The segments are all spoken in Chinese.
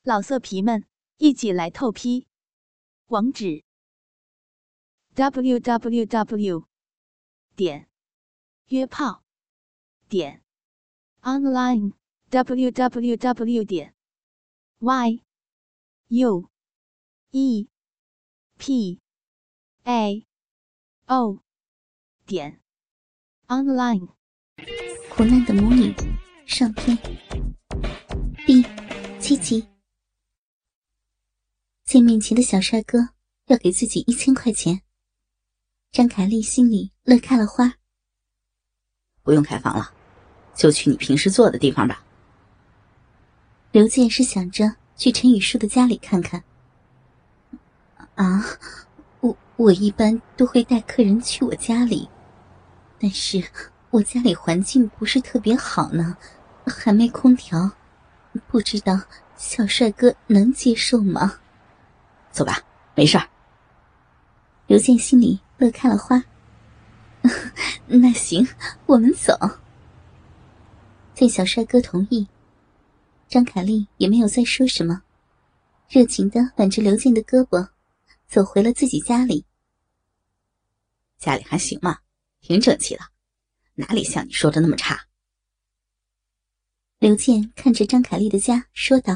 老色皮们，一起来透批！网址 www.约炮online www.yuepao.online。 苦难的母女上篇第7集。见面前的小帅哥要给自己1000块钱，张凯丽心里乐开了花。 不用开房了，就去你平时坐的地方吧。 刘健是想着去陈雨舒的家里看看。我一般都会带客人去我家里，但是我家里环境不是特别好呢，还没空调，不知道小帅哥能接受吗？ 走吧，没事儿。 刘健心里乐开了花。那行，我们走。见小帅哥同意，张凯丽也没有再说什么，热情地挽着刘健的胳膊走回了自己家里。 家里还行嘛，挺整齐的，哪里像你说的那么差。 刘健看着张凯丽的家说道，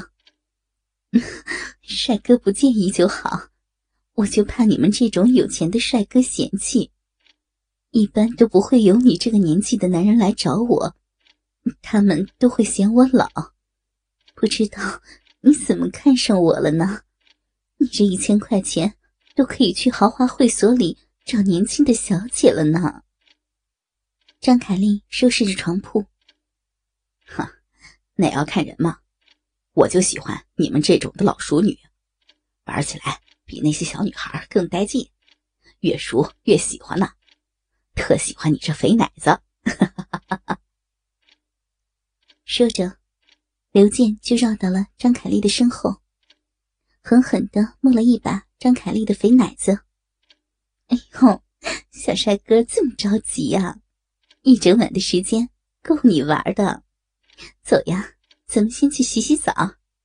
帅哥不介意就好，我就怕你们这种有钱的帅哥嫌弃，一般都不会有你这个年纪的男人来找我，他们都会嫌我老，不知道你怎么看上我了呢？你这1000块钱都可以去豪华会所里找年轻的小姐了呢。张凯丽收拾着床铺。 那也要看人嘛，我就喜欢你们这种的老熟女，玩起来比那些小女孩更带劲，越熟越喜欢呢，特喜欢你这肥奶子。 说着，刘健就绕到了张凯丽的身后，狠狠地摸了一把张凯丽的肥奶子。哎呦，小帅哥这么着急呀，一整晚的时间够你玩的，走呀，咱们先去洗洗澡。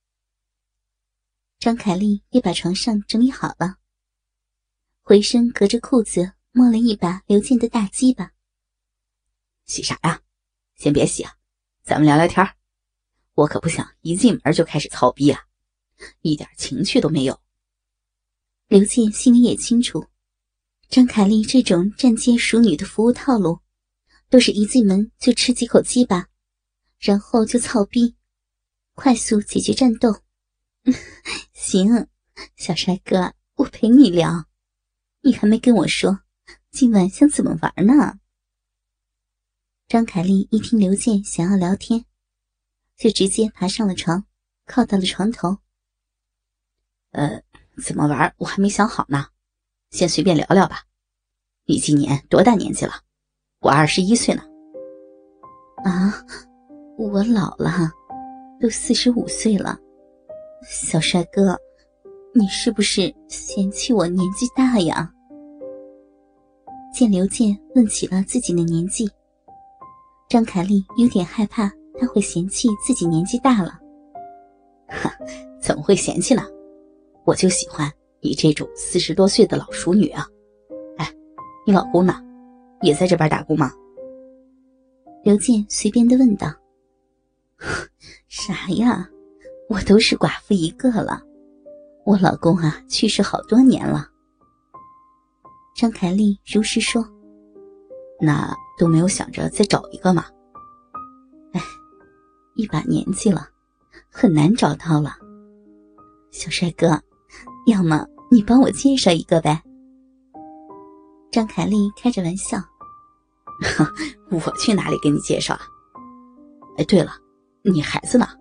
张凯丽也把床上整理好了，回身隔着裤子摸了一把刘健的大鸡巴。 洗啥呀？先别洗啊，咱们聊聊天，我可不想一进门就开始操逼啊，一点情趣都没有。 刘健心里也清楚，张凯丽这种站街熟女的服务套路，都是一进门就吃几口鸡巴，然后就操逼，快速解决战斗。行，小帅哥，我陪你聊，你还没跟我说今晚想怎么玩呢？张凯丽一听刘健想要聊天，就直接爬上了床，靠到了床头。 怎么玩我还没想好呢，先随便聊聊吧。你今年多大年纪了？我21岁呢。 我老了，都45岁了。小帅哥，你是不是嫌弃我年纪大呀？见刘健问起了自己的年纪，张凯丽有点害怕他会嫌弃自己年纪大了。 怎么会嫌弃呢？我就喜欢你这种40多岁的老熟女啊。哎，你老公呢？也在这边打工吗？ 刘健随便地问道。啥呀，我都是寡妇一个了，我老公去世好多年了。张凯丽如实说。 那都没有想着再找一个吗？ 一把年纪了，很难找到了。小帅哥，要么你帮我介绍一个呗。张凯丽开着玩笑。 我去哪里给你介绍啊？哎，对了，你孩子呢？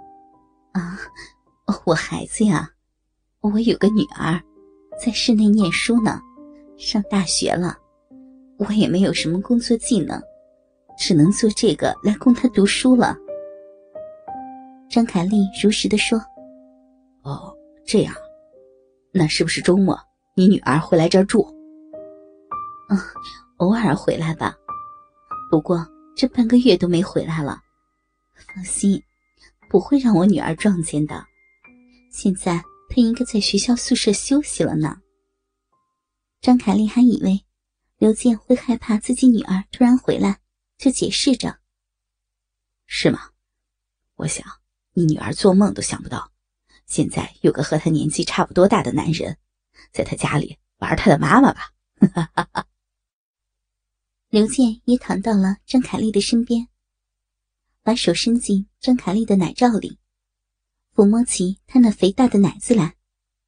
我孩子呀，我有个女儿，在市内念书呢，上大学了。我也没有什么工作技能，只能做这个来供她读书了。张凯丽如实地说。 哦，这样，那是不是周末你女儿会来这儿住？ 偶尔回来吧，不过这半个月都没回来了。放心，不会让我女儿撞见的。 现在她应该在学校宿舍休息了呢。张凯丽还以为刘健会害怕自己女儿突然回来，就解释着： 是吗？我想你女儿做梦都想不到，现在有个和她年纪差不多大的男人在她家里玩她的妈妈吧。 刘健也躺到了张凯丽的身边，把手伸进张凯丽的奶罩里，抚摸起她那肥大的奶子来。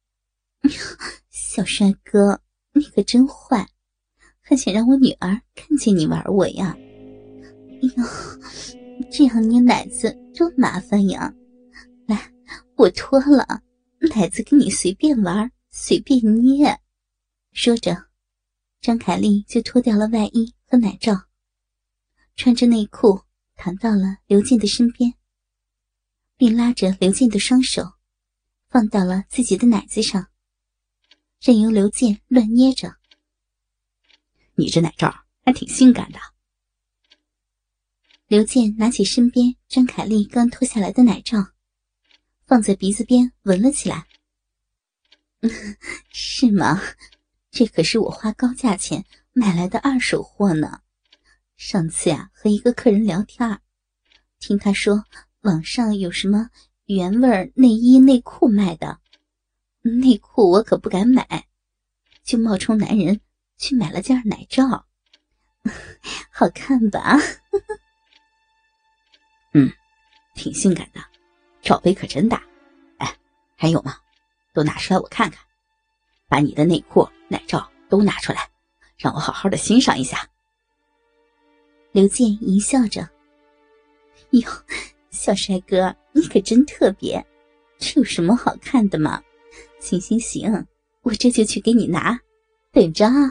小帅哥，你可真坏，还想让我女儿看见你玩我呀？哎呦，这样捏奶子多麻烦呀！来，我脱了，奶子给你随便玩，随便捏。说着，张凯丽就脱掉了外衣和奶罩，穿着内裤躺到了刘健的身边，并拉着刘健的双手放到了自己的奶子上，任由刘健乱捏着。 你这奶罩还挺性感的。 刘健拿起身边张凯丽刚脱下来的奶罩，放在鼻子边闻了起来。是吗？这可是我花高价钱买来的二手货呢。上次呀，和一个客人聊天，听他说网上有什么原味内衣内裤卖的，内裤我可不敢买，就冒充男人去买了件奶罩。好看吧？ 挺性感的，罩杯可真大。哎，还有吗？都拿出来我看看，把你的内裤奶罩都拿出来，让我好好的欣赏一下。 刘健淫笑着：哟，小帅哥，你可真特别，这有什么好看的吗？行行行，我这就去给你拿，等着啊。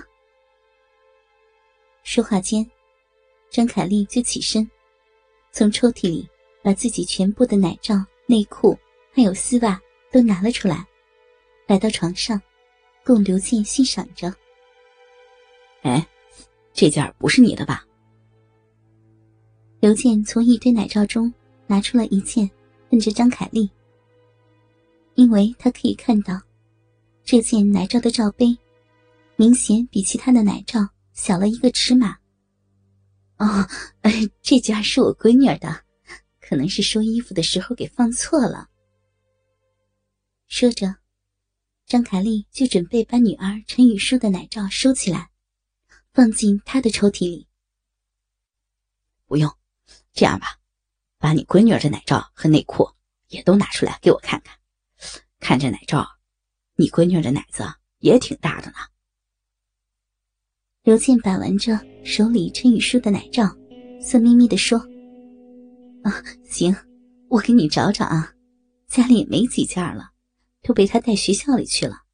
说话间，张凯丽就起身，从抽屉里把自己全部的奶罩、内裤还有丝袜都拿了出来，来到床上供刘健欣赏着。 哎，这件不是你的吧？ 刘健从一堆奶罩中拿出了一件，问着张凯丽。因为他可以看到这件奶罩的罩杯明显比其他的奶罩小了一个尺码。哦，这件是我闺女的，可能是收衣服的时候给放错了。说着，张凯丽就准备把女儿陈雨舒的奶罩收起来，放进她的抽屉里。 不用，这样吧，把你闺女的奶罩和内裤也都拿出来给我看看。看这奶罩，你闺女的奶子也挺大的呢。 刘健把玩着手里陈雨舒的奶罩，色眯眯地说：行，我给你找找啊，家里也没几件了，都被他带学校里去了。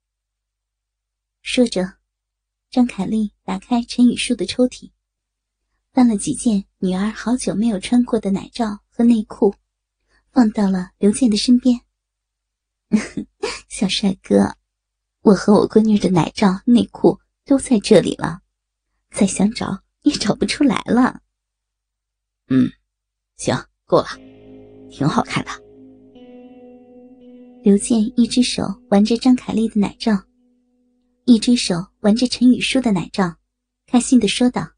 说着，张凯丽打开陈雨舒的抽屉，翻了几件女儿好久没有穿过的奶罩和内裤，放到了刘健的身边。小帅哥，我和我闺女的奶罩、内裤都在这里了，再想找也找不出来了。 行，够了，挺好看的。 刘健一只手玩着张凯丽的奶罩，一只手玩着陈雨舒的奶罩，开心地说道：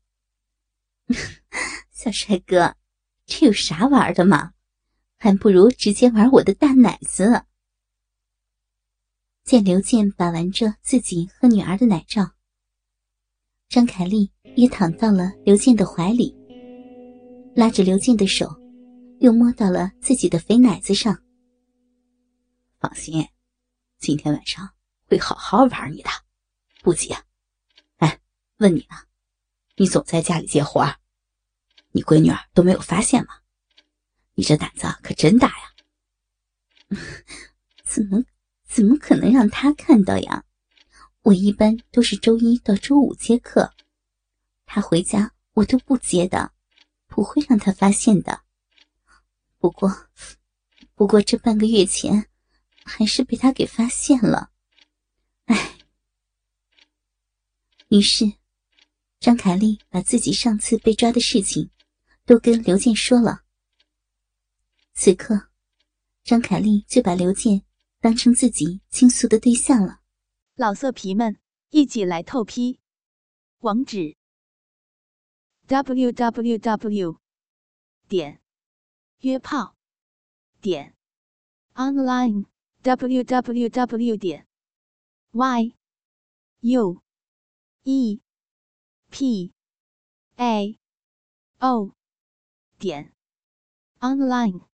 小帅哥，这有啥玩的嘛，还不如直接玩我的大奶子。见刘健把玩着自己和女儿的奶罩，张凯丽也躺到了刘健的怀里，拉着刘健的手又摸到了自己的肥奶子上。 放心，今天晚上会好好玩你的，不急。哎，问你呢，你总在家里接活儿，你闺女儿都没有发现吗？你这胆子可真大呀。 怎么可能让她看到呀？我一般都是周一到周五接课，她回家我都不接的，不会让她发现的。不过这半个月前还是被她给发现了。唉。于是张凯丽把自己上次被抓的事情都跟刘健说了。此刻张凯丽就把刘健当成自己倾诉的对象了。 老色皮们，一起来透批！网址 ：www.约炮.online www.yuepao.online